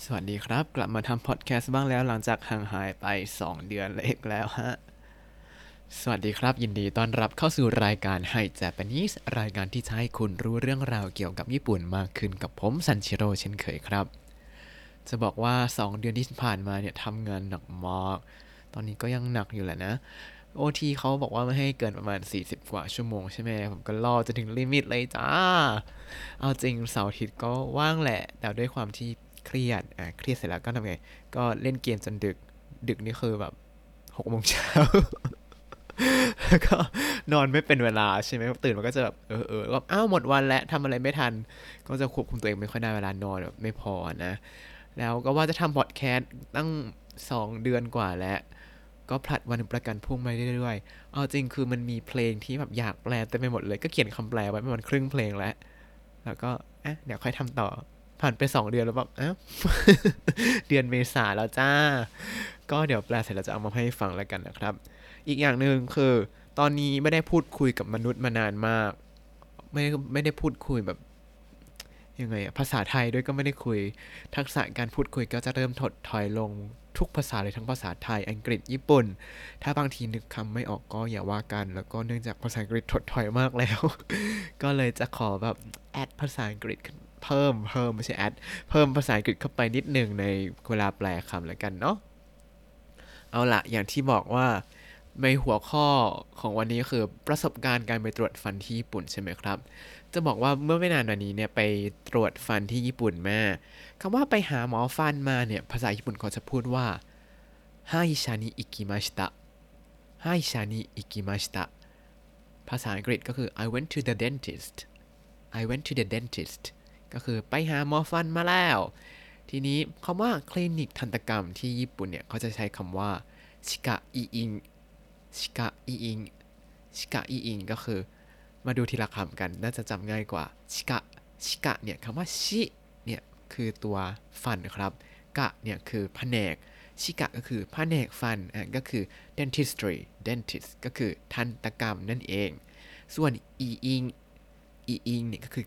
สวัสดีครับกลับมาทำพอดแคสต์บ้างแล้วหลังจากห่างหายไป2เดือนเล็กแล้วฮะสวัสดีครับยินดีต้อนรับเข้าสู่รายการ Hi Japanese รายการที่จะให้คุณรู้เรื่องราวเกี่ยวกับญี่ปุ่นมากขึ้นกับผมซันชิโร่เช่นเคยครับจะบอกว่า2เดือนที่ผ่านมาเนี่ยทำงานหนักมากตอนนี้ก็ยังหนักอยู่แหละนะโอทีเขาบอกว่าไม่ให้เกินประมาณ40กว่าชั่วโมงใช่ไหมผมก็รอจะถึงลิมิตเลยจ้าเอาจริงเสาร์อาทิตย์ก็ว่างแหละแต่ด้วยความที่เครียดเครียดเสร็จแล้วก็ทำไงก็เล่นเกมจนดึกดึกนี่คือแบบ6 โมงเช้าแล้วก็นอนไม่เป็นเวลาใช่ไหมตื่นมันก็จะแบบแบบอ้าวหมดวันแล้วทำอะไรไม่ทันก็จะควบคุมตัวเองไม่ค่อยได้เวลานอนแบบไม่พอนะแล้วก็ว่าจะทำพอดแคสต์ตั้ง2 เดือนกว่าแล้วก็ผลัดวันประกันพรุ่งมาเรื่อยๆเอาจริงคือมันมีเพลงที่แบบอยากแปลเต็มไปหมดเลยก็เขียนคำแปลไว้ประมาณครึ่งเพลงแล้วแล้วก็เดี๋ยวค่อยทำต่อผ่านไป2 เดือนแล้วแบบเดือนเมษาแล้วจ้าก็เดี๋ยวแปลเสร็จแล้วจะเอามาให้ฟังแล้วกันนะครับอีกอย่างหนึ่งคือตอนนี้ไม่ได้พูดคุยกับมนุษย์มานานมากไม่ได้พูดคุยแบบยังไงภาษาไทยด้วยก็ไม่ได้คุยทักษะการพูดคุยก็จะเริ่มถดถอยลงทุกภาษาเลยทั้งภาษาไทยอังกฤษญี่ปุ่นถ้าบางทีนึกคำไม่ออกก็อย่าว่ากันแล้วก็เนื่องจากภาษาอังกฤษถดถอยมากแล้วก็เลยจะขอแบบแอดภาษาอังกฤษเพิ่มไม่ใช่แอดเพิ่มภาษาอังกฤษเข้าไปนิดหนึ่งในเวลาแปลคำแล้วกันเนาะเอาละอย่างที่บอกว่าในหัวข้อของวันนี้คือประสบการณ์การไปตรวจฟันที่ญี่ปุ่นใช่ไหมครับจะบอกว่าเมื่อไม่นานมานี้เนี่ยไปตรวจฟันที่ญี่ปุ่นมาคำว่าไปหาหมอฟันมาเนี่ยภาษาญี่ปุ่นเขาจะพูดว่าไฮชานิอิกิมาชิตะไฮชานิอิกิมาชิตะภาษาอังกฤษก็คือ I went to the dentist I went to the dentist ก็คือไปหาหมอฟันมาแล้วทีนี้คำว่าคลินิกทันตกรรมที่ญี่ปุ่นเนี่ยเขาจะใช้คำว่าชิกะอิอิงชิกะอิอิงชิกะอิอิงก็คือมาดูทีละคำกันน่าจะจำง่ายกว่าชิกะเนี่ยคำว่าชิเนี่ยคือตัวฟันครับกะเนี่ยคือแผนกชิกะก็คือแผนกฟันก็คือ dentist ก็คือทันตกรรมนั่นเองส่วนอีอิงเนี่ยก็คือ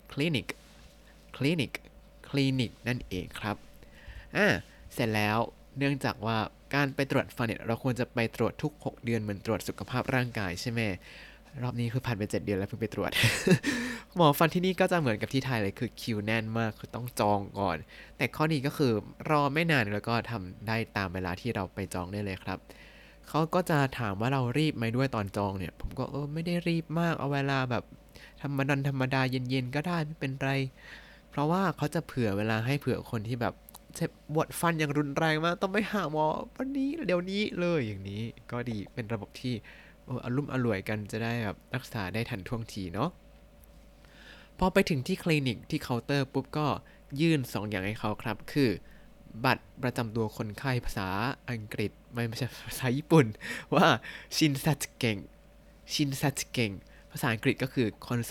clinic clinic นั่นเองครับเสร็จแล้วเนื่องจากว่าการไปตรวจฟันเนี่ยเราควรจะไปตรวจทุก6 เดือนเหมือนตรวจสุขภาพร่างกายใช่ไหมรอบนี้คือผ่านไป7 เดือนแล้วเพิ่งไปตรวจหมอฟันที่นี่ก็จะเหมือนกับที่ไทยเลยคือคิวแน่นมากคือต้องจองก่อนแต่ข้อดีก็คือรอไม่นานแล้วก็ทำได้ตามเวลาที่เราไปจองได้เลยครับเขาก็จะถามว่าเรารีบไหมด้วยตอนจองเนี่ยผมก็ไม่ได้รีบมากเอาเวลาแบบธรรมดาเย็นๆก็ได้ไม่เป็นไรเพราะว่าเขาจะเผื่อเวลาให้เผื่อคนที่แบบเจ็บปวดฟันอย่างรุนแรงมากต้องไปหาหมอวันนี้เดี๋ยวนี้เลยอย่างนี้ก็ดีเป็นระบบที่อรุ่มอร่วยกันจะได้แบบรักษาได้ทันท่วงทีเนาะพอไปถึงที่คลินิกที่เคาน์เตอร์ปุ๊บก็ยื่น2 อย่างให้เขาครับคือบัตรประจำตัวคนไข้ภาษาอังกฤษไม่ใช่ภาษาญี่ปุ่นว่าชินซัตเก่งภาษาอังกฤษก็คือ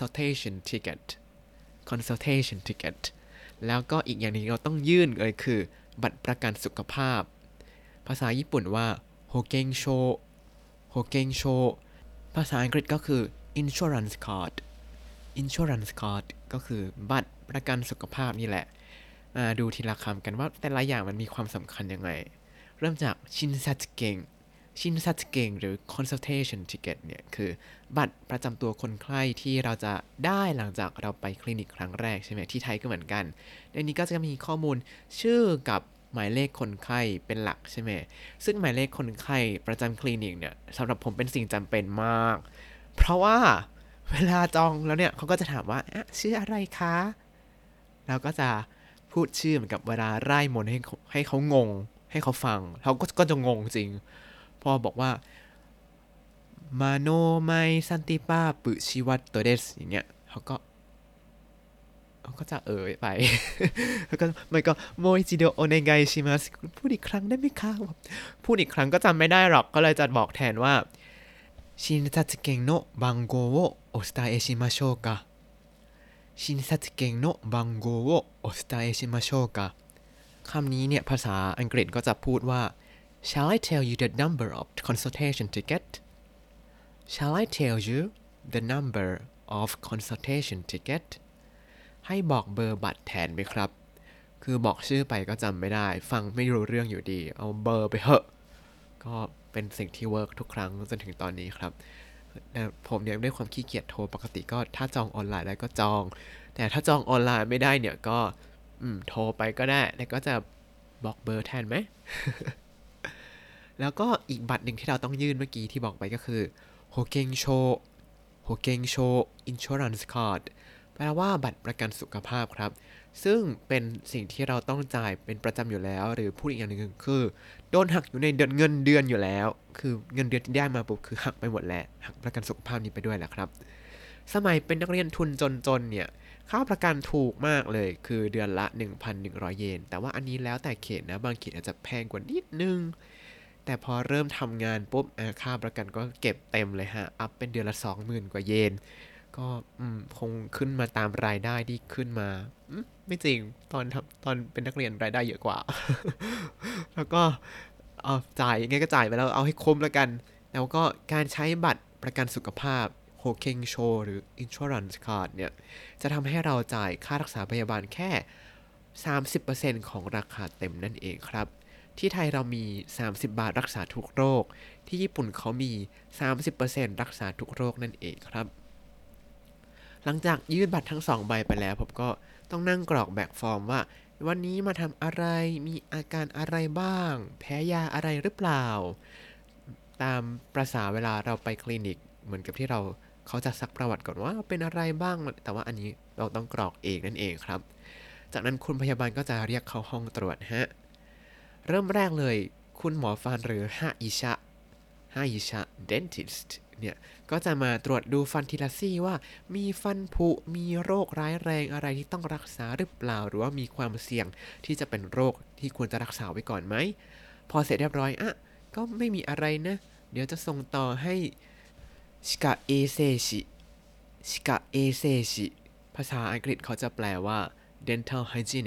consultation ticket แล้วก็อีกอย่างหนึงเราต้องยื่นเลยคือบัตรประกันสุขภาพภาษาญี่ปุ่นว่าโฮเกงโชภาษาอังกฤษก็คือ insurance card ก็คือบัตรประกันสุขภาพนี่แหละดูทีละคำกันว่าแต่ละอย่างมันมีความสำคัญยังไงเริ่มจากชินซัตเก่งหรือ consultation ticket เนี่ยคือบัตรประจำตัวคนไข้ที่เราจะได้หลังจากเราไปคลินิกครั้งแรกใช่ไหมที่ไทยก็เหมือนกันในนี้ก็จะมีข้อมูลชื่อกับหมายเลขคนไข้เป็นหลักใช่ไหมซึ่งหมายเลขคนไข้ประจำคลินิกเนี่ยสำหรับผมเป็นสิ่งจำเป็นมากเพราะว่าเวลาจองแล้วเนี่ยเขาก็จะถามว่าชื่ออะไรคะแล้วก็จะพูดชื่อเหมือนกับเวลาไล่มนต์ให้เขางงให้เขาฟังเขาก็จะงงจริง พอบอกว่ามาโนไมซันติป้าปุชิวัตโตเดสอย่างเงี้ยเขาก็จะไปแล้วก็มันก็โมอิจิโดโอเนไกชิมัสพูดอีกครั้งได้ไหมคะแบบพูดอีกครั้งก็จำไม่ได้หรอกก็เลยจะบอกแทนว่าชินซัตสึเกงโนะบังโกโอโอสตาเอชิมาโชกะชินซัตสึเกงโนะบังโกโอโอสตาเอชิมาโชกะคำนี้เนี่ยภาษาอังกฤษก็จะพูดว่า Shall I tell you the number of consultation ticket Shall I tell you the number of consultation ticket ให้บอกเบอร์บัตรแทนไหมครับคือบอกชื่อไปก็จำไม่ได้ฟังไม่รู้เรื่องอยู่ดีเอาเบอร์ไปเหอะก็เป็นสิ่งที่เวิร์กทุกครั้งจนถึงตอนนี้ครับแต่ผมเนี่ยด้วยความขี้เกียจโทรปกติก็ถ้าจองออนไลน์ได้ก็จองแต่ถ้าจองออนไลน์ไม่ได้เนี่ยก็โทรไปก็ได้แต่ก็จะบอกเบอร์แทนไหม แล้วก็อีกบัตรหนึ่งที่เราต้องยื่นเมื่อกี้ที่บอกไปก็คือโฮเกงโชโฮเกงโชอินช r รันส์คาร์ดแปลว่าบัตรประกันสุขภาพครับซึ่งเป็นสิ่งที่เราต้องจ่ายเป็นประจำอยู่แล้วหรือพูดอีกอย่างหนึ่งคือโดนหักอยู่ในเงินเดือนอยู่แล้วคือเงินเดือนที่ได้มาปุ๊บคือหักไปหมดแหละหักประกันสุขภาพนี้ไปด้วยแหละครับสมัยเป็นนักเรียนทุนจนเนี่ยค่าประกันถูกมากเลยคือเดือนละ 1,100 เยนแต่ว่าอันนี้แล้วแต่เขตนะบางเขตอาจจะแพงกว่านิดนึงแต่พอเริ่มทำงานปุ๊บค่าประกันก็เก็บเต็มเลยฮะอัพเป็นเดือนละ 20,000 กว่าเยนก็คงขึ้นมาตามรายได้ที่ขึ้นมาไม่จริงตอนเป็นนักเรียนรายได้เยอะกว่า แล้วก็เอาจ่ายยังไงก็จ่ายไปแล้วเอาให้คุ้มแล้วกันแล้วก็การใช้บัตรประกันสุขภาพโฮเกงโชหรือ Insurance Card เนี่ยจะทำให้เราจ่ายค่ารักษาพยาบาลแค่ 30% ของราคาเต็มนั่นเองครับที่ไทยเรามี30 บาทรักษาทุกโรคที่ญี่ปุ่นเขามี 30% รักษาทุกโรคนั่นเองครับหลังจากยื่นบัตรทั้ง2 ใบไปแล้วผมก็ต้องนั่งกรอกแบบฟอร์มว่าวันนี้มาทำอะไรมีอาการอะไรบ้างแพ้ยาอะไรหรือเปล่าตามประสาเวลาเราไปคลินิกเหมือนกับที่เขาจะซักประวัติก่อนว่าเป็นอะไรบ้างแต่ว่าอันนี้เราต้องกรอกเองนั่นเองครับจากนั้นคุณพยาบาลก็จะเรียกเข้าห้องตรวจฮะเริ่มแรกเลยคุณหมอฟันหรือฮาอิชะ dentist เนี่ยก็จะมาตรวจดูฟันทีละซี่ว่ามีฟันผุมีโรคร้ายแรงอะไรที่ต้องรักษาหรือเปล่าหรือว่ามีความเสี่ยงที่จะเป็นโรคที่ควรจะรักษาไว้ก่อนไหมพอเสร็จเรียบร้อยก็ไม่มีอะไรนะเดี๋ยวจะส่งต่อให้ชิกะเอเซชิภาษาอังกฤษเขาจะแปลว่า dental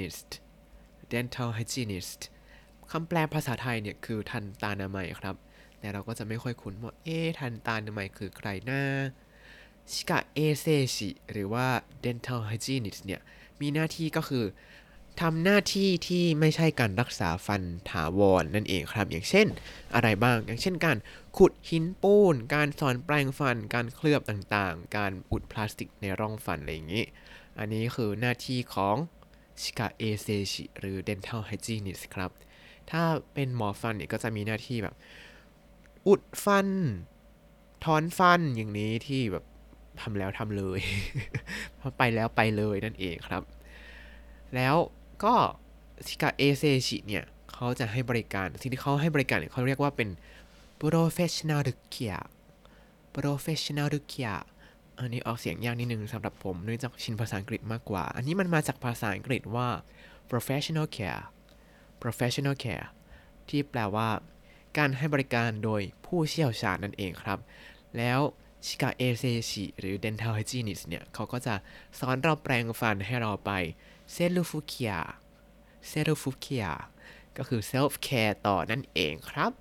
hygienist คำแปลภาษาไทยเนี่ยคือทันตานามัยครับแต่เราก็จะไม่ค่อยคุ้นว่าทันตานามัยคือใครนะชิกะเอเซชิหรือว่า dental hygienist เนี่ยมีหน้าที่ก็คือทำหน้าที่ที่ไม่ใช่การรักษาฟันถาวรนั่นเองครับอย่างเช่นอะไรบ้างอย่างเช่นการขุดหินปูนการสอนแปรงฟันการเคลือบต่างๆการอุดพลาสติกในร่องฟันอะไรอย่างนี้อันนี้คือหน้าที่ของชิกะเอเซชิหรือ dental hygienist ครับถ้าเป็นหมอฟันเนี่ยก็จะมีหน้าที่แบบอุดฟันถอนฟันอย่างนี้ที่แบบทำแล้วทำเลย พอไปแล้วไปเลยนั่นเองครับแล้วก็ชิกะเอเซชิเนี่ยเขาจะให้บริการสิ่งที่เขาให้บริการเนี่ยเขาเรียกว่าเป็น professional care professional care อันนี้ออกเสียงยากนิดนึงสำหรับผมเนื่องจากชินภาษาอังกฤษมากกว่าอันนี้มันมาจากภาษาอังกฤษว่า professional care ที่แปลว่าการให้บริการโดยผู้เชี่ยวชาญนั่นเองครับแล้วชิกะเอเซชิหรือ dental hygienist เนี่ยเขาก็จะสอนเราแปรงฟันให้เราไปเซรุฟุเคียก็คือ self care ต่อนั่นเองครับ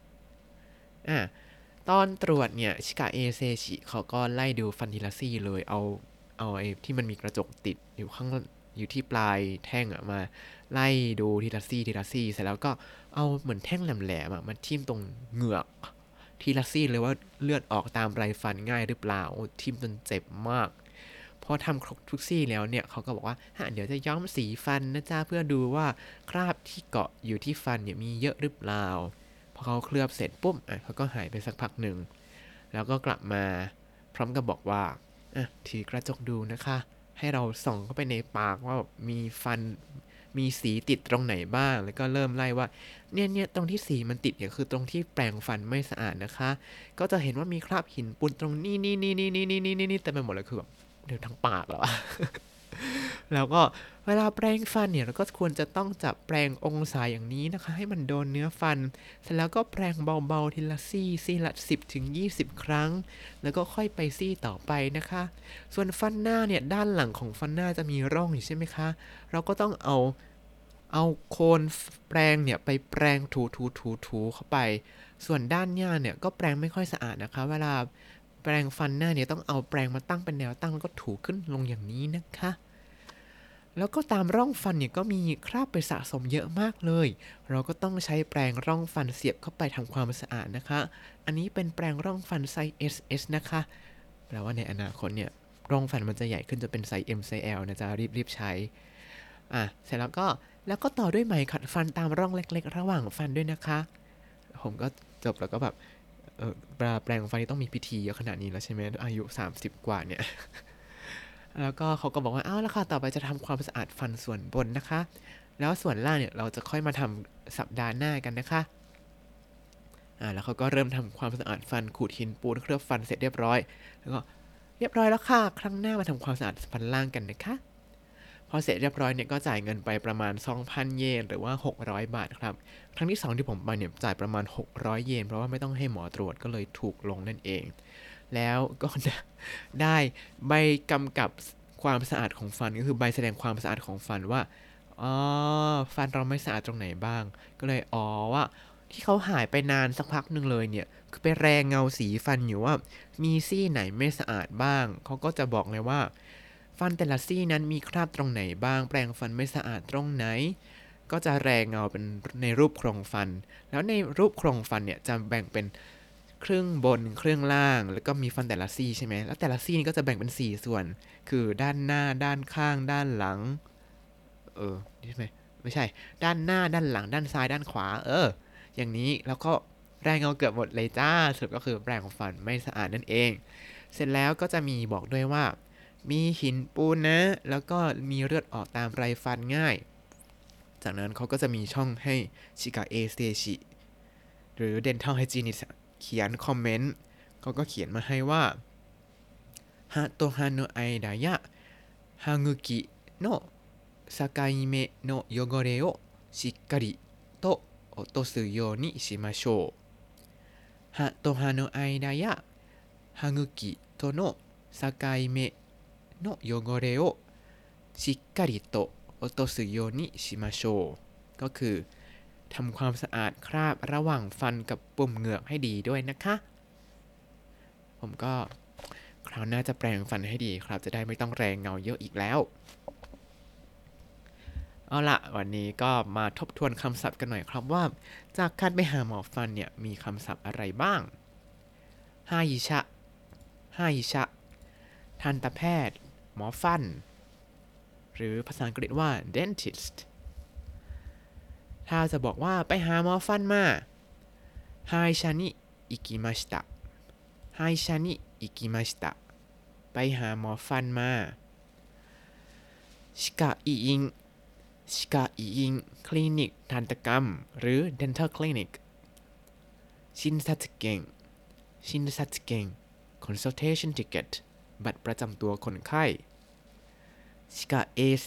ตอนตรวจเนี่ยชิกะเอเซชิเขาก็ไล่ดูฟันทีละซี่เลยเอาไอ้ที่มันมีกระจกติดอยู่ที่ปลายแท่งมาไล่ดูทีละซี่เสร็จแล้วก็เอาเหมือนแท่งแหลมๆมาทิ่มตรงเหงือกทีละซี่เลยว่าเลือดออกตามไรฟันง่ายหรือเปล่าทิ่มจนเจ็บมากพอทำครบทุกซี่แล้วเนี่ยเขาก็บอกว่าเดี๋ยวจะย้อมสีฟันนะจ๊ะเพื่อดูว่าคราบที่เกาะอยู่ที่ฟันเนี่ยมีเยอะหรือเปล่าพอเขาเคลือบเสร็จปุ๊บเขาก็หายไปสักพักหนึ่งแล้วก็กลับมาพร้อมกับบอกว่าถือกระจกดูนะคะให้เราส่องเข้าไปในปากว่ามีฟันมีสีติดตรงไหนบ้างแล้วก็เริ่มไล่ว่าเนี่ยตรงที่สีมันติดเนี่ยคือตรงที่แปรงฟันไม่สะอาดนะคะก็จะเห็นว่ามีคราบหินปูนตรงนี่แต่ไปหมดเลยคือแบบเดี๋ยวทั้งปากแล้ว แล้วก็เวลาแปรงฟันเนี่ยเราก็ควรจะต้องจับแปรงองศาอย่างนี้นะคะให้มันโดนเนื้อฟันเสร็จแล้วก็แปรงเบาๆทีละซี่ละ10 ถึง 20 ครั้งแล้วก็ค่อยไปซี่ต่อไปนะคะส่วนฟันหน้าเนี่ยด้านหลังของฟันหน้าจะมีร่องอยู่ใช่ไหมคะเราก็ต้องเอาโคนแปรงเนี่ยไปแปรงถูเข้าไปส่วนด้านหน้าเนี่ยก็แปรงไม่ค่อยสะอาดนะคะเวลาแปรงฟันหน้าเนี่ยต้องเอาแปรงมาตั้งเป็นแนวตั้งแล้วก็ถูขึ้นลงอย่างนี้นะคะแล้วก็ตามร่องฟันเนี่ยก็มีคราบไปสะสมเยอะมากเลยเราก็ต้องใช้แปรงร่องฟันเสียบเข้าไปทำความสะอาดนะคะอันนี้เป็นแปรงร่องฟันไซส์ SS นะคะแปลว่าในอนาคตเนี่ยร่องฟันมันจะใหญ่ขึ้นจะเป็นไซส์ M ไซส์ L นะจ๊ะรีบใช้เสร็จแล้วก็ต่อด้วยไหมขัดฟันตามร่องเล็กๆระหว่างฟันด้วยนะคะผมก็จบแล้วก็แบบแปรงฟันนี่ต้องมีพิธีเยอะขนาดนี้แล้วใช่ไหมอายุ30กว่าเนี่ยแล้วก็เขาก็บอกว่าแล้วค่ะต่อไปจะทำความสะอาดฟันส่วนบนนะคะแล้วส่วนล่างเนี่ยเราจะค่อยมาทำสัปดาห์หน้ากันนะคะแล้วเขาก็เริ่มทำความสะอาดฟันขูดหินปูนเคลือบฟันเสร็จเรียบร้อยแล้วก็เรียบร้อยแล้วค่ะครั้งหน้ามาทำความสะอาดฟันล่างกันนะคะพอเสร็จเรียบร้อยเนี่ยก็จ่ายเงินไปประมาณ 2,000 เยนหรือว่า600 บาทครับครั้งที่2ที่ผมไปเนี่ยจ่ายประมาณ600 เยนเพราะว่าไม่ต้องให้หมอตรวจก็เลยถูกลงนั่นเองแล้วก็ได้ใบกำกับความสะอาดของฟันก็คือใบแสดงความสะอาดของฟันว่าฟันเราไม่สะอาดตรงไหนบ้างก็เลยว่าที่เขาหายไปนานสักพักหนึ่งเลยเนี่ยคือไปแรงเงาสีฟันอยู่ว่ามีซี่ไหนไม่สะอาดบ้างเขาก็จะบอกเลยว่าฟันแต่ละซี่นั้นมีคราบตรงไหนบ้างแปรงฟันไม่สะอาดตรงไหนก็จะแรงเงาเป็นในรูปโครงฟันแล้วในรูปโครงฟันเนี่ยจะแบ่งเป็นครึ่งบนครึ่งล่างแล้วก็มีฟันแต่ละซี่ใช่ไหมแล้วแต่ละซี่นี่ก็จะแบ่งเป็น4ส่วนคือด้านหน้าด้านข้างด้านหลังนี่ใช่ไหมไม่ใช่ด้านหน้าด้านหลังด้านซ้ายด้านขวาอย่างนี้แล้วก็แรงเงาเกือบหมดเลยจ้าสรุปก็คือแปรงของฟันไม่สะอาดนั่นเองเสร็จแล้วก็จะมีบอกด้วยว่ามีหินปูนนะแล้วก็มีเลือดออกตามไรฟันง่ายจากนั้นเขาก็จะมีช่องให้ชิกาเอเซชิหรือ Dental Hygienist เขียนคอมเมนต์เขาก็เขียนมาให้ว่าฮาโตฮาโนะไอดายะฮากุกิโนะ境目の汚れをしっかりと落とすようにしましょう。歯と歯の間や歯茎との境目の汚れをしっかりと落とすようにしましょうก็คือทำความสะอาดคราบระหว่างฟันกับปุ่มเหงือกให้ดีด้วยนะคะผมก็คราวหน้าจะแปรงฟันให้ดีครับจะได้ไม่ต้องแรงเงาเยอะอีกแล้วเอาละวันนี้ก็มาทบทวนคำศัพท์กันหน่อยครับว่าจากการไปหาหมอฟันเนี่ยมีคำศัพท์อะไรบ้างฮาอิชะทันตแพทย์หมอฟันหรือภาษาอังกฤษว่า dentist ถ้าจะบอกว่าไปหาหมอฟันมาฮาอิชะนิอิกิมาชิตะไปหาหมอฟันมาชิกะอิอิงคลินิกทันตกรรมหรือ dental clinic ชินซัตเกง consultation ticket บัตรประจำตัวคนไข้ชิกะเอเซ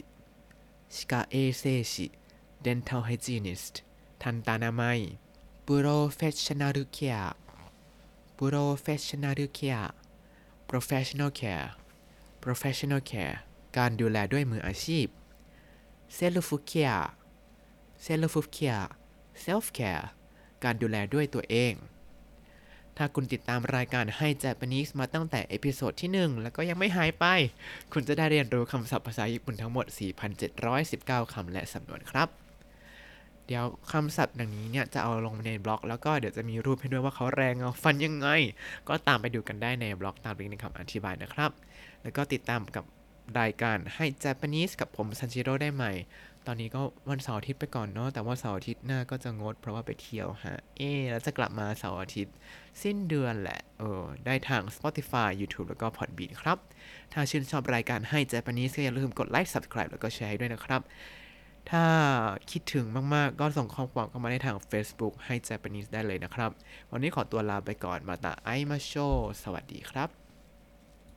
ชิ dental hygienist ทันตอนามัย professional care การดูแลด้วยมืออาชีพself care การดูแลด้วยตัวเองถ้าคุณติดตามรายการให้ Japanese มาตั้งแต่เอพิโซดที่1แล้วก็ยังไม่หายไปคุณจะได้เรียนรู้คำศัพท์ภาษาญี่ปุ่นทั้งหมด 4,719 คำและสำนวนครับเดี๋ยวคำศัพท์ดังนี้เนี่ยจะเอาลงในบล็อกแล้วก็เดี๋ยวจะมีรูปให้ด้วยว่าเขาแรงเงาฟันยังไงก็ตามไปดูกันได้ในบล็อกตามลิงก์ในคำอธิบายนะครับแล้วก็ติดตามกับรายการให้ Japanese กับผมซันจิโร่ได้ใหม่ตอนนี้ก็วันเสาร์อาทิตย์ไปก่อนเนาะแต่ว่าเสาร์อาทิตย์หน้าก็จะงดเพราะว่าไปเที่ยวฮะแล้วจะกลับมาเสาร์อาทิตย์สิ้นเดือนแหละได้ทาง Spotify YouTube แล้วก็ Podbean ครับถ้าชื่นชอบรายการให้ Japanese ก็อย่าลืมกดไลค์ Subscribe แล้วก็แชร์ด้วยนะครับถ้าคิดถึงมากๆก็ส่งข้อความเข้ามาในทาง Facebook ให้ Japanese ได้เลยนะครับวันนี้ขอตัวลาไปก่อนมาตาไอมาโชสวัสดีครับ